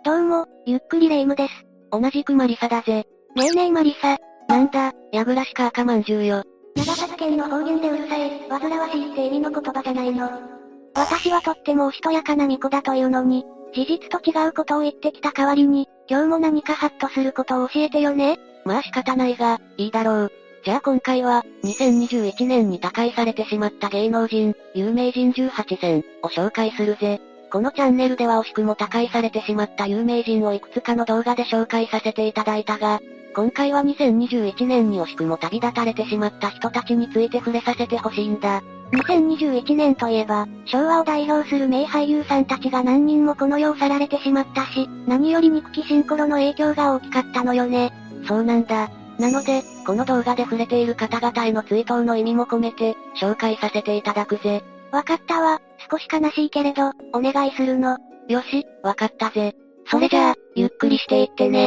どうも、ゆっくりレ夢ムです。 同じくマリサだぜ。 ねえねえマリサ。 なんだ、やぐらしか赤まんじゅうよ。 長崎県の方言でうるさい、煩わしいって意味の言葉じゃないの。私はとってもおしとやかな巫女だというのに、事実と違うことを言ってきた代わりに、今日も何かハッとすることを教えてよね。 まあ仕方ないが、いいだろう。じゃあ今回は、2021年に他界されてしまった芸能人、有名人18選を紹介するぜ。このチャンネルでは惜しくも他界されてしまった有名人をいくつかの動画で紹介させていただいたが、今回は2021年に惜しくも旅立たれてしまった人たちについて触れさせてほしいんだ。 2021年といえば、昭和を代表する名俳優さんたちが何人もこの世を去られてしまったし、何より憎きシンクロの影響が大きかったのよね。 そうなんだ。なので、この動画で触れている方々への追悼の意味も込めて、紹介させていただくぜ。 わかったわ、少し悲しいけれど、お願いするの。 よし、わかったぜ。それじゃあ、ゆっくりしていってね。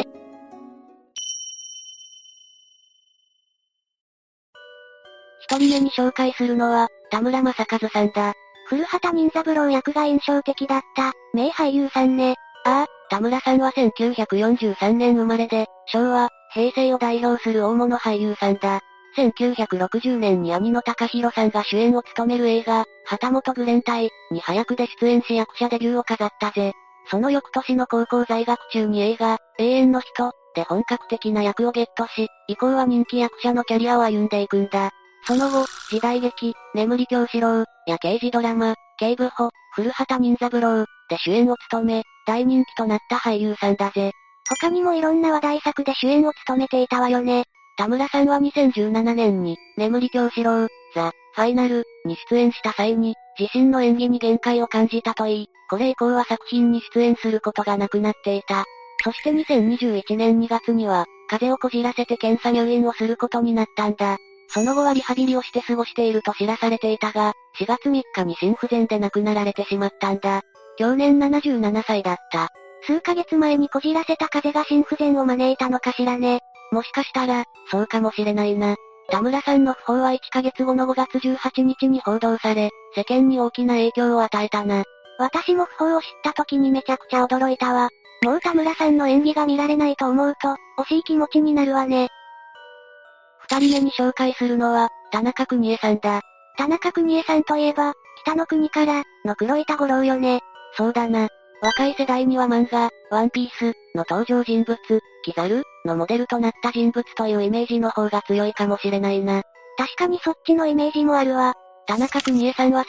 一人目に紹介するのは、田村正和さんだ。 古畑任三郎役が印象的だった、名俳優さんね。 ああ、田村さんは1943年生まれで、昭和、平成を代表する大物俳優さんだ。1960年に兄の高弘さんが主演を務める映画、旗本愚連隊に早くで出演し役者デビューを飾ったぜ。その翌年の高校在学中に映画、永遠の人で本格的な役をゲットし、以降は人気役者のキャリアを歩んでいくんだ。その後、時代劇、眠り京四郎や刑事ドラマ、警部補、古畑任三郎で主演を務め、大人気となった俳優さんだぜ。 他にもいろんな話題作で主演を務めていたわよね。 田村さんは2017年に、眠り京四郎、ザ・ファイナルに出演した際に、自身の演技に限界を感じたといい、これ以降は作品に出演することがなくなっていた。そして2021年2月には、風邪をこじらせて検査入院をすることになったんだ。その後はリハビリをして過ごしていると知らされていたが、4月3日に心不全で亡くなられてしまったんだ。去年77歳だった。 数ヶ月前にこじらせた風邪が心不全を招いたのかしらね。 もしかしたら、そうかもしれないな。田村さんの訃報は1ヶ月後の5月18日に報道され、世間に大きな影響を与えたな。 私も訃報を知った時にめちゃくちゃ驚いたわ。もう田村さんの演技が見られないと思うと、惜しい気持ちになるわね。 二人目に紹介するのは、田中邦衛さんだ。 田中邦衛さんといえば、北の国から、の黒板五郎よね。 そうだな。若い世代には漫画、ワンピースの登場人物、キザルのモデルとなった人物というイメージの方が強いかもしれないな。 確かにそっちのイメージもあるわ。 田中邦衛さんは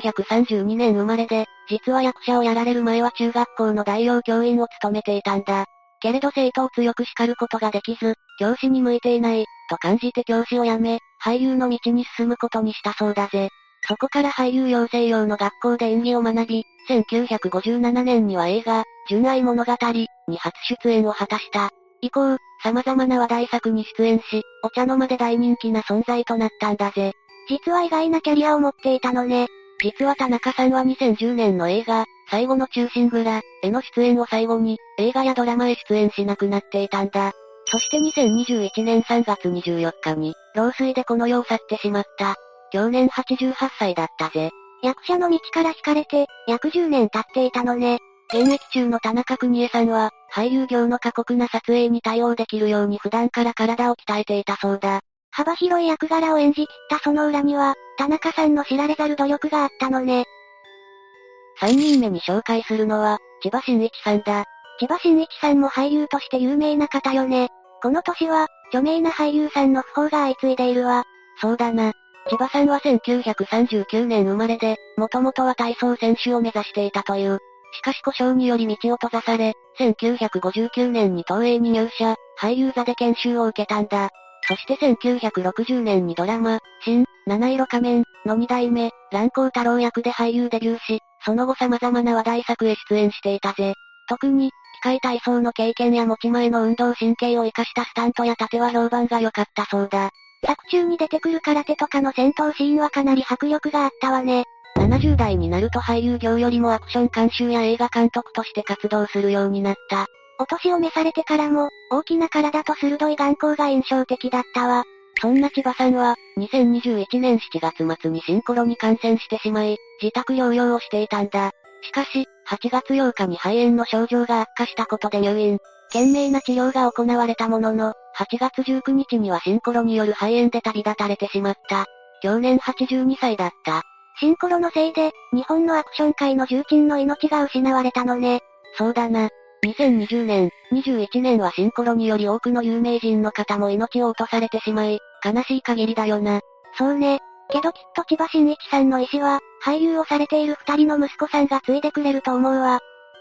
1932年生まれで、実は役者をやられる前は中学校の代用教員を務めていたんだ。けれど生徒を強く叱ることができず、教師に向いていない、と感じて教師を辞め、俳優の道に進むことにしたそうだぜ。そこから俳優養成用の学校で演技を学び、1957年には映画、純愛物語に初出演を果たした。以降、様々な話題作に出演し、お茶の間で大人気な存在となったんだぜ。 実は意外なキャリアを持っていたのね。 実は田中さんは2010年の映画、最後の忠臣蔵への出演を最後に、映画やドラマへ出演しなくなっていたんだ。そして2021年3月24日に、老衰でこの世を去ってしまった。去年88歳だったぜ。 役者の道から惹かれて、約10年経っていたのね。 現役中の田中邦衛さんは、俳優業の過酷な撮影に対応できるように普段から体を鍛えていたそうだ。 幅広い役柄を演じ切ったその裏には、田中さんの知られざる努力があったのね。 3人目に紹介するのは、千葉真一さんだ。 千葉真一さんも俳優として有名な方よね。この年は、著名な俳優さんの訃報が相次いでいるわ。 そうだな。千葉さんは1939年生まれで、もともとは体操選手を目指していたという。しかし故障により道を閉ざされ、1959年に東映に入社、俳優座で研修を受けたんだ。そして1960年にドラマ、新、七色仮面の2代目、蘭光太郎役で俳優デビューし、その後様々な話題作へ出演していたぜ。特に、機械体操の経験や持ち前の運動神経を活かしたスタントや盾は評判が良かったそうだ。 作中に出てくる空手とかの戦闘シーンはかなり迫力があったわね。 70代になると俳優業よりもアクション監修や映画監督として活動するようになった。 お年を召されてからも、大きな体と鋭い眼光が印象的だったわ。 そんな千葉さんは、2021年7月末にシンコロに感染してしまい、自宅療養をしていたんだ。しかし、 8月8日に肺炎の症状が悪化したことで入院。懸命な治療が行われたものの、8月19日にはシンコロによる肺炎で旅立たれてしまった。去年82歳だった。 シンコロのせいで、日本のアクション界の重鎮の命が失われたのね。 そうだな。2020年、21年はシンコロにより多くの有名人の方も命を落とされてしまい、悲しい限りだよな。 そうね。けどきっと千葉真一さんの意思は、俳優をされている2人の息子さんが継いでくれると思うわ。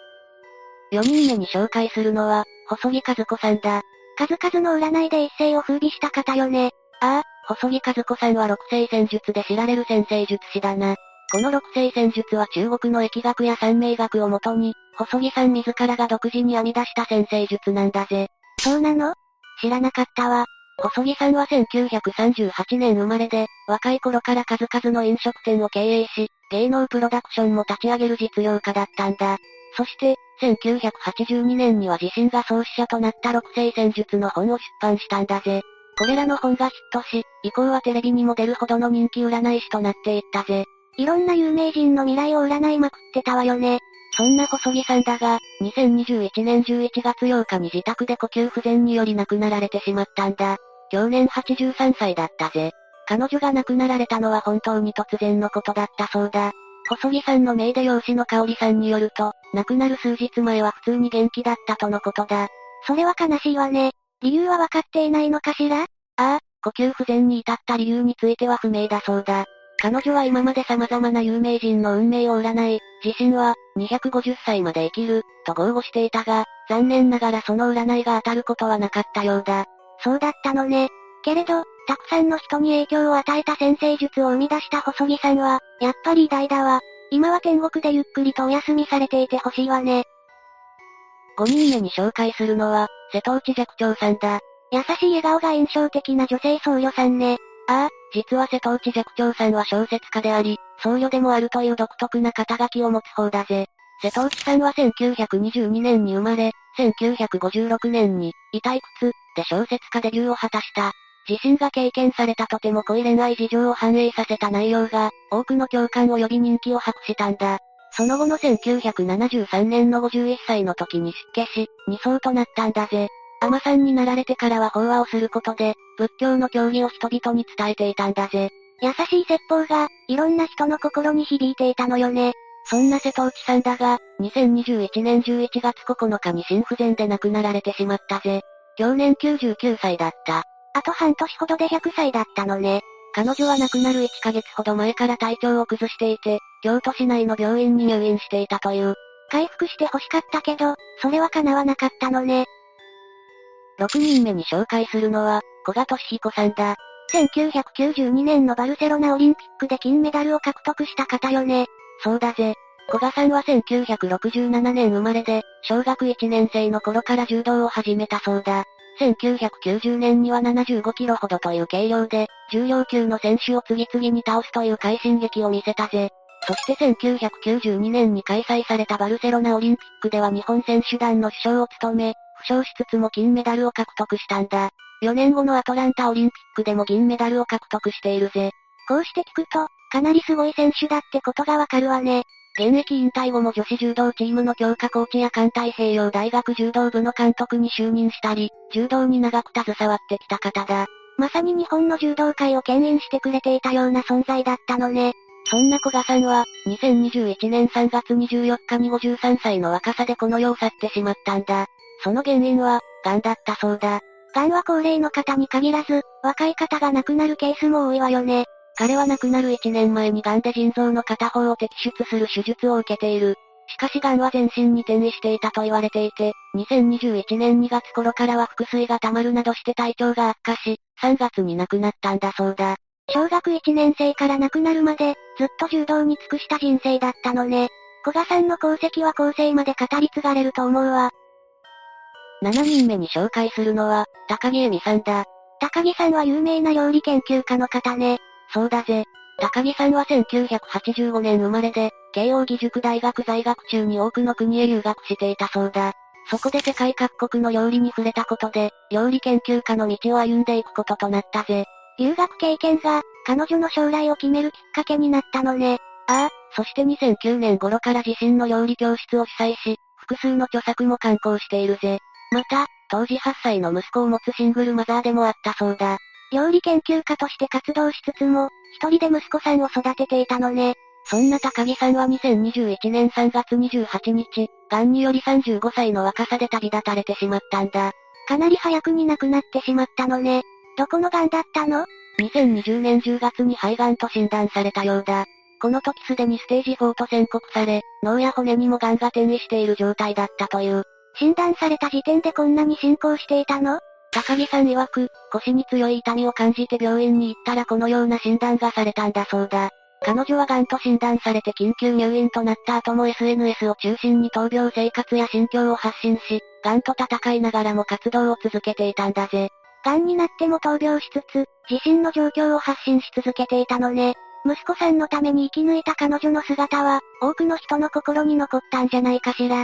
4人目に紹介するのは、細木数子さんだ。 数々の占いで一世を風靡した方よね。 ああ、細木数子さんは六星占術で知られる占星術師だな。この六星占術は中国の易学や三名学をもとに、細木さん自らが独自に編み出した占星術なんだぜ。 そうなの？知らなかったわ。 細木さんは1938年生まれで、若い頃から数々の飲食店を経営し、芸能プロダクションも立ち上げる実業家だったんだ。そして、1982年には自身が創始者となった六星占術の本を出版したんだぜ。これらの本がヒットし、以降はテレビにも出るほどの人気占い師となっていったぜ。 いろんな有名人の未来を占いまくってたわよね。 そんな細木さんだが、2021年11月8日に自宅で呼吸不全により亡くなられてしまったんだ。去年83歳だったぜ。彼女が亡くなられたのは本当に突然のことだったそうだ。細木さんの姪で養子の香織さんによると、亡くなる数日前は普通に元気だったとのことだ。 それは悲しいわね。理由は分かっていないのかしら？ ああ、呼吸不全に至った理由については不明だそうだ。彼女は今まで様々な有名人の運命を占い、自身は、250歳まで生きる、と豪語していたが、残念ながらその占いが当たることはなかったようだ。 そうだったのね。けれど、たくさんの人に影響を与えた占星術を生み出した細木さんは、やっぱり偉大だわ。今は天国でゆっくりとお休みされていてほしいわね。 5人目に紹介するのは、瀬戸内寂聴さんだ。 優しい笑顔が印象的な女性僧侶さんね。 ああ、実は瀬戸内寂聴さんは小説家であり、僧侶でもあるという独特な肩書きを持つ方だぜ。瀬戸内さんは1922年に生まれ、1956年に、痛い靴で小説家デビューを果たした。自身が経験されたとても濃い恋愛事情を反映させた内容が、多くの共感及び人気を博したんだ。その後の1973年の51歳の時に出家し、二僧となったんだぜ。尼さんになられてからは法話をすることで、仏教の教義を人々に伝えていたんだぜ。 優しい説法が、いろんな人の心に響いていたのよね。 そんな瀬戸内さんだが、2021年11月9日に心不全で亡くなられてしまったぜ。去年99歳だった。 あと半年ほどで100歳だったのね。 彼女は亡くなる1ヶ月ほど前から体調を崩していて、京都市内の病院に入院していたという。 回復して欲しかったけど、それは叶わなかったのね。 6人目に紹介するのは、古賀稔彦さんだ。 1992年のバルセロナオリンピックで金メダルを獲得した方よね。 そうだぜ。古賀さんは1967年生まれで、小学1年生の頃から柔道を始めたそうだ。1990年には75キロほどという軽量で、重量級の選手を次々に倒すという快進撃を見せたぜ。そして1992年に開催されたバルセロナオリンピックでは日本選手団の主将を務め、負傷しつつも金メダルを獲得したんだ。4年後のアトランタオリンピックでも銀メダルを獲得しているぜ。 こうして聞くと、かなりすごい選手だってことがわかるわね。 現役引退後も女子柔道チームの強化コーチや環太平洋大学柔道部の監督に就任したり、柔道に長く携わってきた方だ。 まさに日本の柔道界を牽引してくれていたような存在だったのね。 そんな古賀さんは、2021年3月24日に53歳の若さでこの世を去ってしまったんだ。その原因は、癌だったそうだ。 癌は高齢の方に限らず、若い方が亡くなるケースも多いわよね。 彼は亡くなる1年前に癌で腎臓の片方を摘出する手術を受けている。しかし癌は全身に転移していたと言われていて、2021年2月頃からは腹水が溜まるなどして体調が悪化し、3月に亡くなったんだそうだ。 小学1年生から亡くなるまで、ずっと柔道に尽くした人生だったのね。古賀さんの功績は後世まで語り継がれると思うわ。 7人目に紹介するのは、高木恵美さんだ。 高木さんは有名な料理研究家の方ね。 そうだぜ。高木さんは1985年生まれで、慶応義塾大学在学中に多くの国へ留学していたそうだ。そこで世界各国の料理に触れたことで、料理研究家の道を歩んでいくこととなったぜ。 留学経験が、彼女の将来を決めるきっかけになったのね。 ああ、そして2009年頃から自身の料理教室を主催し、複数の著作も刊行しているぜ。また、当時8歳の息子を持つシングルマザーでもあったそうだ。 料理研究家として活動しつつも、一人で息子さんを育てていたのね。 そんな高木さんは2021年3月28日、癌により35歳の若さで旅立たれてしまったんだ。 かなり早くに亡くなってしまったのね。どこの癌だったの？ 2020年10月に肺がんと診断されたようだ。この時すでにステージ4と宣告され、脳や骨にも癌が転移している状態だったという。 診断された時点でこんなに進行していたの？ 高木さん曰く、腰に強い痛みを感じて病院に行ったらこのような診断がされたんだそうだ。彼女は癌と診断されて緊急入院となった後も SNS を中心に闘病生活や心境を発信し、癌と戦いながらも活動を続けていたんだぜ。 癌になっても闘病しつつ、自身の状況を発信し続けていたのね。息子さんのために生き抜いた彼女の姿は、多くの人の心に残ったんじゃないかしら。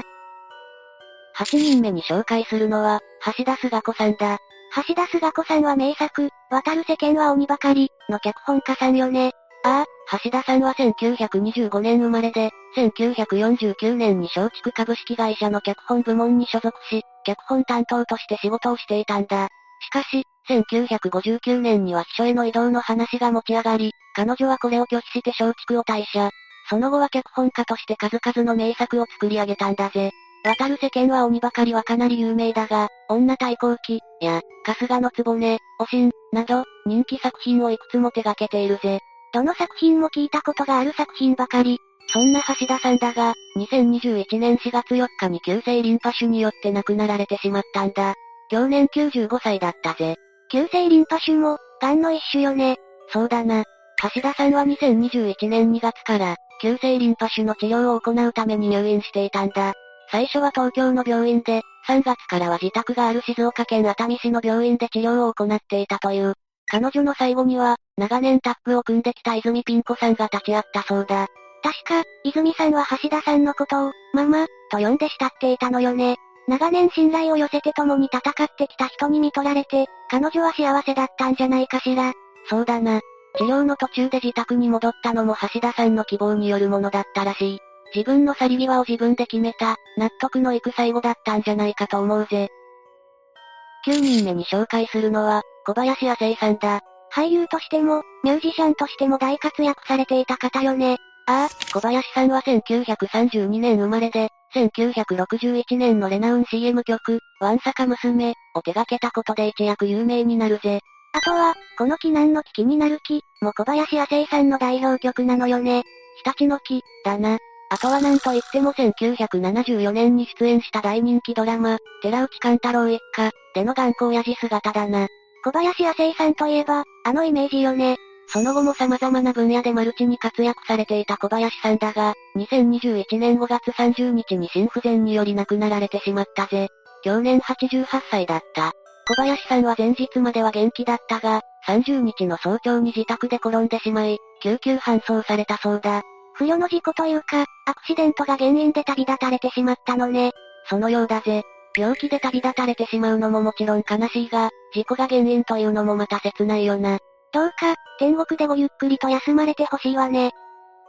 8人目に紹介するのは、橋田壽賀子さんだ。 橋田壽賀子さんは名作、渡る世間は鬼ばかり、の脚本家さんよね。 ああ、橋田さんは1925年生まれで、1949年に松竹株式会社の脚本部門に所属し、脚本担当として仕事をしていたんだ。しかし、1959年には秘書への異動の話が持ち上がり、彼女はこれを拒否して松竹を退社。その後は脚本家として数々の名作を作り上げたんだぜ。渡る世間は鬼ばかりはかなり有名だが、女対抗記、や、春日の局、おしん、など、人気作品をいくつも手掛けているぜ。 どの作品も聞いたことがある作品ばかり。 そんな橋田さんだが、2021年4月4日に急性リンパ腫によって亡くなられてしまったんだ。去年95歳だったぜ。 急性リンパ腫も、癌の一種よね。 そうだな。橋田さんは2021年2月から、急性リンパ腫の治療を行うために入院していたんだ。最初は東京の病院で、3月からは自宅がある静岡県熱海市の病院で治療を行っていたという。彼女の最後には、長年タッグを組んできた泉ピン子さんが立ち会ったそうだ。 確か、泉さんは橋田さんのことを、ママ、と呼んで慕っていたのよね。長年信頼を寄せて共に戦ってきた人に見取られて、彼女は幸せだったんじゃないかしら。 そうだな。治療の途中で自宅に戻ったのも橋田さんの希望によるものだったらしい。自分の去り際を自分で決めた、納得のいく最後だったんじゃないかと思うぜ。9人目に紹介するのは、小林亜生さんだ。 俳優としても、ミュージシャンとしても大活躍されていた方よね。 ああ、小林さんは1932年生まれで、1961年のレナウン CM 曲、ワンサカ娘を手掛けたことで一躍有名になるぜ。 あとは、この木南の木気になる木、も小林亜生さんの代表曲なのよね。 日立の木、だな。あとはなんといっても1974年に出演した大人気ドラマ、寺内貫太郎一家、での頑固親父姿だな。 小林亜生さんといえば、あのイメージよね。 その後も様々な分野でマルチに活躍されていた小林さんだが、2021年5月30日に心不全により亡くなられてしまったぜ。去年88歳だった。小林さんは前日までは元気だったが、30日の早朝に自宅で転んでしまい、救急搬送されたそうだ。 不慮の事故というか、アクシデントが原因で旅立たれてしまったのね。 そのようだぜ。病気で旅立たれてしまうのももちろん悲しいが、事故が原因というのもまた切ないよな。 どうか、天国でごゆっくりと休まれてほしいわね。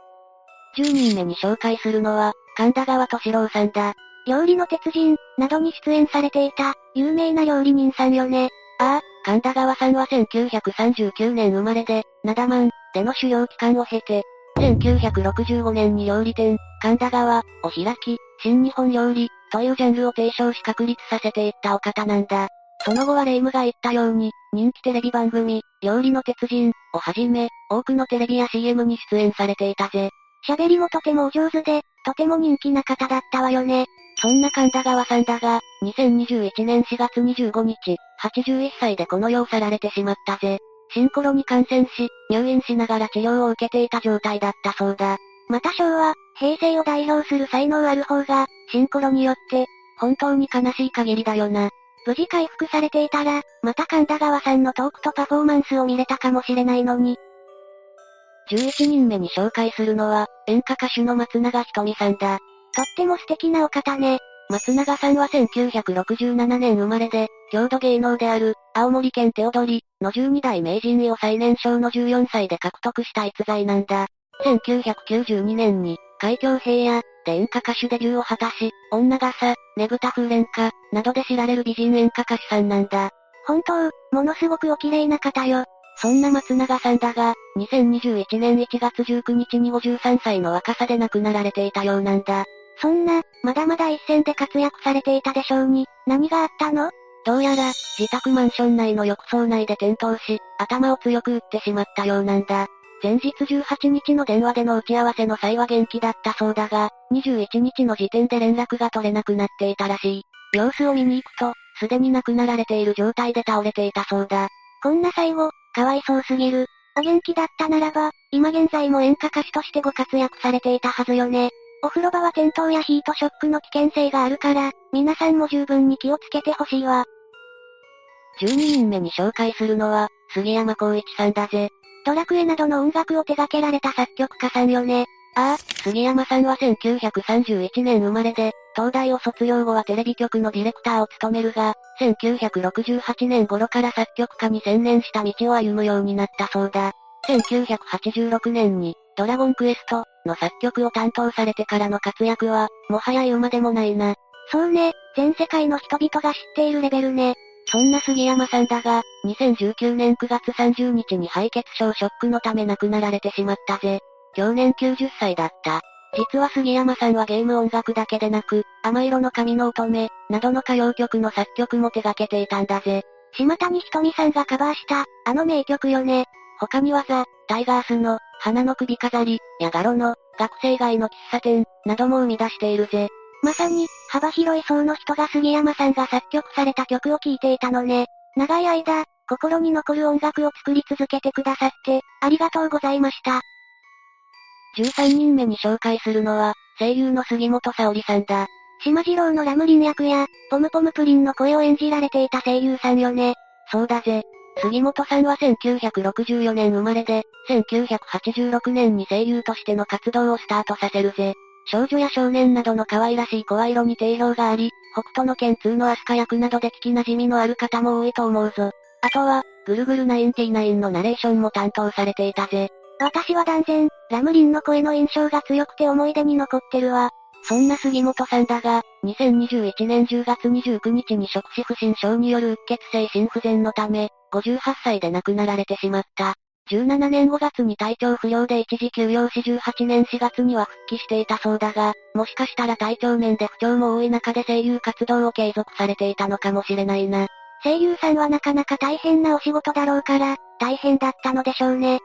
10人目に紹介するのは、神田川敏郎さんだ。 料理の鉄人、などに出演されていた、有名な料理人さんよね。 ああ、神田川さんは1939年生まれで、なだまん、での修行期間を経て、1965年に料理店、神田川、を開き、新日本料理、というジャンルを提唱し確立させていったお方なんだ。その後は霊夢が言ったように、人気テレビ番組、料理の鉄人、をはじめ、多くのテレビや CM に出演されていたぜ。 喋りもとてもお上手で、とても人気な方だったわよね。 そんな神田川さんだが、2021年4月25日、81歳でこの世を去られてしまったぜ。シンコロに感染し、入院しながら治療を受けていた状態だったそうだ。 また昭和、平成を代表する才能ある方が、シンコロによって、 本当に悲しい限りだよな。 無事回復されていたら、また神田川さんのトークとパフォーマンスを見れたかもしれないのに。 11人目に紹介するのは、演歌歌手の松永ひとみさんだ。 とっても素敵なお方ね。 松永さんは1967年生まれで、郷土芸能である、青森県手踊りの12代名人位を最年少の14歳で獲得した逸材なんだ。 1992年に、海峡平野で演歌歌手デビューを果たし、女笠、ねぶた風蓮花、などで知られる美人演歌歌手さんなんだ。 本当、ものすごくお綺麗な方よ。 そんな松永さんだが、2021年1月19日に53歳の若さで亡くなられていたようなんだ。 そんな、まだまだ一線で活躍されていたでしょうに、何があったの？ どうやら、自宅マンション内の浴槽内で転倒し、頭を強く打ってしまったようなんだ。前日18日の電話での打ち合わせの際は元気だったそうだが、21日の時点で連絡が取れなくなっていたらしい。様子を見に行くと、すでに亡くなられている状態で倒れていたそうだ。 こんな最後、かわいそうすぎる。お元気だったならば、今現在も演歌歌手としてご活躍されていたはずよね。お風呂場は転倒やヒートショックの危険性があるから、皆さんも十分に気をつけてほしいわ。 12人目に紹介するのは、杉山浩一さんだぜ。 ドラクエなどの音楽を手掛けられた作曲家さんよね。 ああ、杉山さんは1931年生まれで、東大を卒業後はテレビ局のディレクターを務めるが、1968年頃から作曲家に専念した道を歩むようになったそうだ。1986年に、ドラゴンクエストの作曲を担当されてからの活躍は、もはや言うまでもないな。 そうね、全世界の人々が知っているレベルね。 そんな杉山さんだが、2019年9月30日に敗血症ショックのため亡くなられてしまったぜ。去年90歳だった。実は杉山さんはゲーム音楽だけでなく、甘色の髪の乙女、などの歌謡曲の作曲も手掛けていたんだぜ。 島谷ひとみさんがカバーした、あの名曲よね。 他にはタイガースの、花の首飾り、やガロの、学生街の喫茶店、なども生み出しているぜ。 まさに、幅広い層の人が杉山さんが作曲された曲を聴いていたのね。長い間、心に残る音楽を作り続けてくださって、ありがとうございました。 13人目に紹介するのは、声優の杉本沙織さんだ。 島次郎のラムリン役や、ポムポムプリンの声を演じられていた声優さんよね。 そうだぜ。杉本さんは1964年生まれで、1986年に声優としての活動をスタートさせるぜ。少女や少年などの可愛らしい声色に定評があり、北斗の拳2のアスカ役などで聞き馴染みのある方も多いと思うぞ。あとは、ぐるぐる99のナレーションも担当されていたぜ。 私は断然、ラムリンの声の印象が強くて思い出に残ってるわ。 そんな杉本さんだが、2021年10月29日に触手不審症によるうっ血性心不全のため、58歳で亡くなられてしまった。17年5月に体調不良で一時休養し18年4月には復帰していたそうだが、もしかしたら体調面で不調も多い中で声優活動を継続されていたのかもしれないな。 声優さんはなかなか大変なお仕事だろうから、大変だったのでしょうね。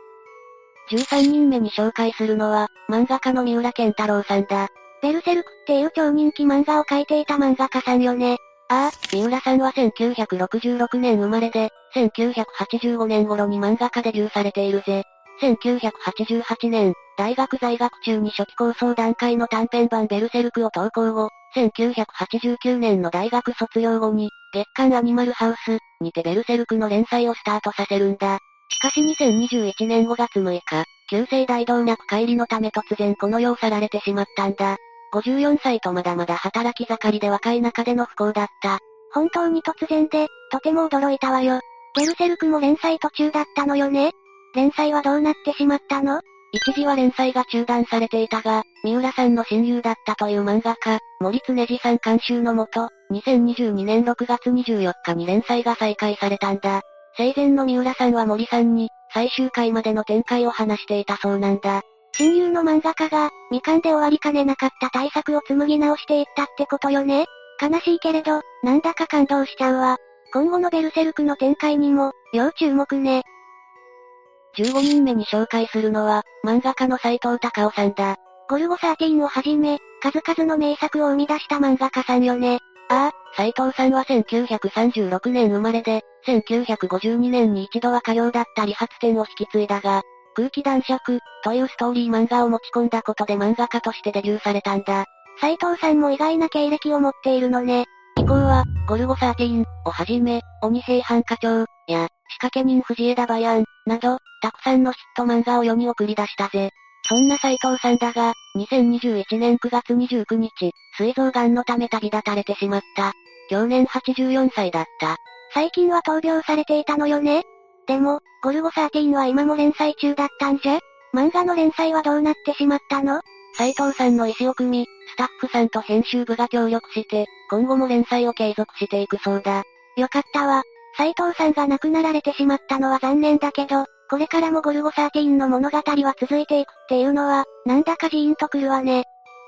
13人目に紹介するのは、漫画家の三浦健太郎さんだ。 ベルセルクっていう超人気漫画を描いていた漫画家さんよね。 ああ、三浦さんは1966年生まれで、1985年頃に漫画家デビューされているぜ。1988年、大学在学中に初期構想段階の短編版ベルセルクを投稿後、1989年の大学卒業後に、月刊アニマルハウスにてベルセルクの連載をスタートさせるんだ。しかし2021年5月6日、急性大動脈解離のため突然この世を去られてしまったんだ。54歳とまだまだ働き盛りで若い中での不幸だった。 本当に突然で、とても驚いたわよ。ベルセルクも連載途中だったのよね？連載はどうなってしまったの？ 一時は連載が中断されていたが、三浦さんの親友だったという漫画家、森常二さん監修のもと、2022年6月24日に連載が再開されたんだ。生前の三浦さんは森さんに、最終回までの展開を話していたそうなんだ。 親友の漫画家が、未完で終わりかねなかった大作を紡ぎ直していったってことよね。悲しいけれど、なんだか感動しちゃうわ。今後のベルセルクの展開にも、要注目ね。 15人目に紹介するのは、漫画家の斉藤隆夫さんだ。 ゴルゴ13をはじめ、数々の名作を生み出した漫画家さんよね。 ああ、斉藤さんは1936年生まれで、1952年に一度は家業だった理髪店を引き継いだが、空気男爵というストーリー漫画を持ち込んだことで漫画家としてデビューされたんだ。 斉藤さんも意外な経歴を持っているのね。 以降は、ゴルゴ13をはじめ、鬼平犯科帳や、仕掛け人藤枝バヤンなど、たくさんのヒット漫画を世に送り出したぜ。そんな斉藤さんだが、2021年9月29日、膵臓癌のため旅立たれてしまった。去年84歳だった。 最近は闘病されていたのよね。でも、ゴルゴ13は今も連載中だったんじゃ？ 漫画の連載はどうなってしまったの？ 斉藤さんの意思を組み、スタッフさんと編集部が協力して、今後も連載を継続していくそうだ。 よかったわ。斉藤さんが亡くなられてしまったのは残念だけど、これからもゴルゴ13の物語は続いていくっていうのは、なんだかジーンとくるわね。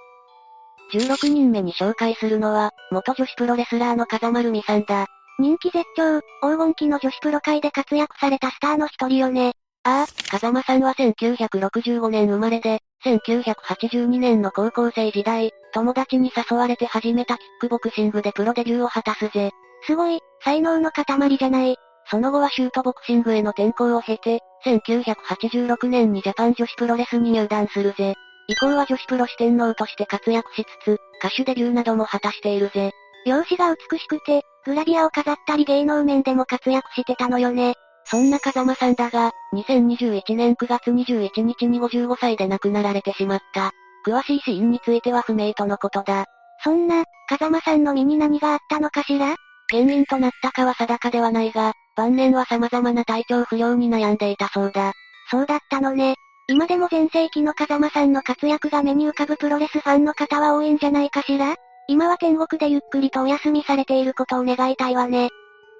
16人目に紹介するのは、元女子プロレスラーの風間るみさんだ。 人気絶頂、黄金期の女子プロ界で活躍されたスターの一人よね。 ああ、風間さんは1965年生まれで、1982年の高校生時代、友達に誘われて始めたキックボクシングでプロデビューを果たすぜ。 すごい、才能の塊じゃない。 その後はシュートボクシングへの転向を経て、1986年にジャパン女子プロレスに入団するぜ。以降は女子プロ四天王として活躍しつつ、歌手デビューなども果たしているぜ。 容姿が美しくて、グラビアを飾ったり芸能面でも活躍してたのよね。 そんな風間さんだが、2021年9月21日に55歳で亡くなられてしまった。詳しい死因については不明とのことだ。 そんな、風間さんの身に何があったのかしら？ 原因となったかは定かではないが、晩年は様々な体調不良に悩んでいたそうだ。 そうだったのね。今でも全盛期の風間さんの活躍が目に浮かぶプロレスファンの方は多いんじゃないかしら？今は天国でゆっくりとお休みされていることを願いたいわね。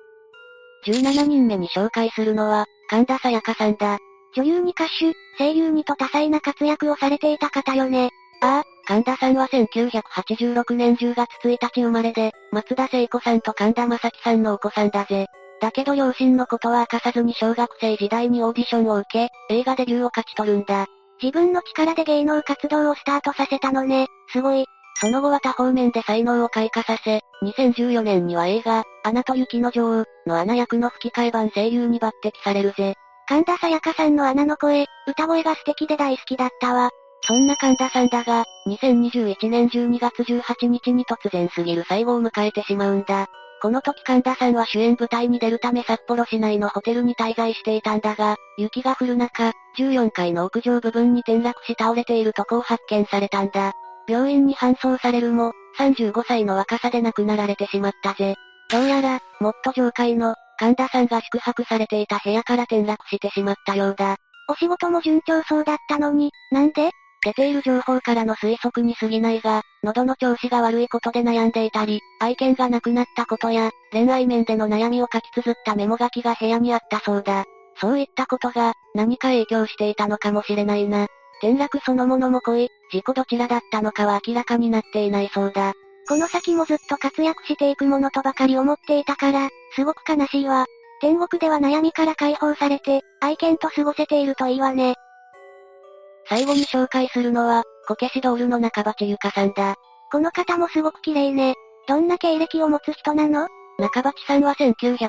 17人目に紹介するのは、神田沙也加さんだ。 女優に歌手、声優にと多彩な活躍をされていた方よね。 ああ、神田さんは1986年10月1日生まれで、松田聖子さんと神田正輝さんのお子さんだぜ。だけど両親のことは明かさずに小学生時代にオーディションを受け、映画デビューを勝ち取るんだ。 自分の力で芸能活動をスタートさせたのね。すごい。 その後は多方面で才能を開花させ、2014年には映画、アナと雪の女王のアナ役の吹き替え版声優に抜擢されるぜ。 神田沙也加さんのアナの声、歌声が素敵で大好きだったわ。 そんな神田さんだが、2021年12月18日に突然すぎる最後を迎えてしまうんだ。この時神田さんは主演舞台に出るため札幌市内のホテルに滞在していたんだが、雪が降る中、14階の屋上部分に転落し倒れているとこを発見されたんだ。病院に搬送されるも、35歳の若さで亡くなられてしまったぜ。どうやら、もっと上階の、神田さんが宿泊されていた部屋から転落してしまったようだ。 お仕事も順調そうだったのに、なんで？ 出ている情報からの推測に過ぎないが、喉の調子が悪いことで悩んでいたり、愛犬が亡くなったことや、恋愛面での悩みを書き綴ったメモ書きが部屋にあったそうだ。そういったことが、何か影響していたのかもしれないな。転落そのものも恋、事故どちらだったのかは明らかになっていないそうだ。 この先もずっと活躍していくものとばかり思っていたから、すごく悲しいわ。天国では悩みから解放されて、愛犬と過ごせているといいわね。 最後に紹介するのは、こけしドールの中鉢ゆかさんだ。 この方もすごく綺麗ね。どんな経歴を持つ人なの？ 中鉢さんは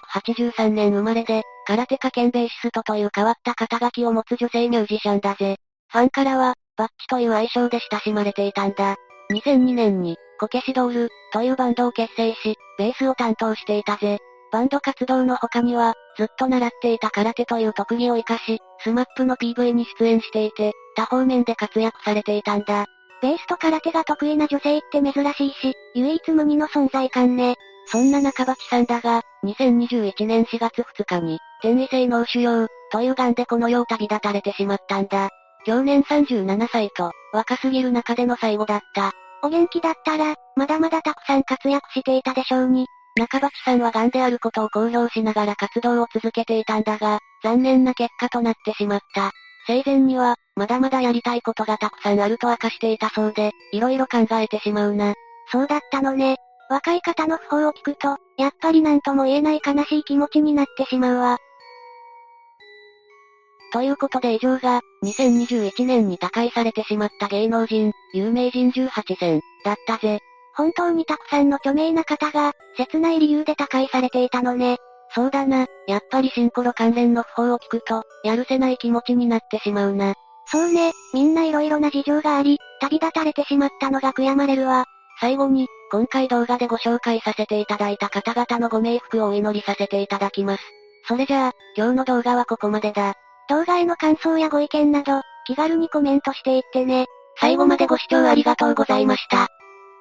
1983年生まれで、空手家兼ベーシストという変わった肩書きを持つ女性ミュージシャンだぜ。ファンからは、バッチという愛称で親しまれていたんだ。2002年に、こけしドール、というバンドを結成し、ベースを担当していたぜ。バンド活動の他には、ずっと習っていた空手という特技を活かし、スマップの PV に出演していて、多方面で活躍されていたんだ。 ベースと空手が得意な女性って珍しいし、唯一無二の存在感ね。 そんな中鉢さんだが、2021年4月2日に、転移性脳腫瘍、という癌でこの世を旅立たれてしまったんだ。享年37歳と、若すぎる中での最後だった。 お元気だったら、まだまだたくさん活躍していたでしょうに。 中鉢さんは癌であることを公表しながら活動を続けていたんだが、残念な結果となってしまった。生前には、まだまだやりたいことがたくさんあると明かしていたそうで、いろいろ考えてしまうな。 そうだったのね。若い方の訃報を聞くと、やっぱりなんとも言えない悲しい気持ちになってしまうわ。 ということで以上が、2021年に他界されてしまった芸能人、有名人18選、だったぜ。 本当にたくさんの著名な方が、切ない理由で他界されていたのね。 そうだな、やっぱりシンコロ関連の訃報を聞くと、やるせない気持ちになってしまうな。 そうね、みんないろいろな事情があり、旅立たれてしまったのが悔やまれるわ。 最後に、今回動画でご紹介させていただいた方々のご冥福をお祈りさせていただきます。それじゃあ、今日の動画はここまでだ。 動画への感想やご意見など、気軽にコメントしていってね。 最後までご視聴ありがとうございました。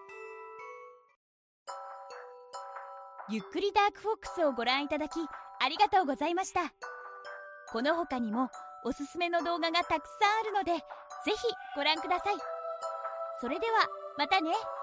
ゆっくりダークフォックスをご覧いただき、ありがとうございました。この他にも、 おすすめの動画がたくさんあるので、ぜひご覧ください。それではまたね。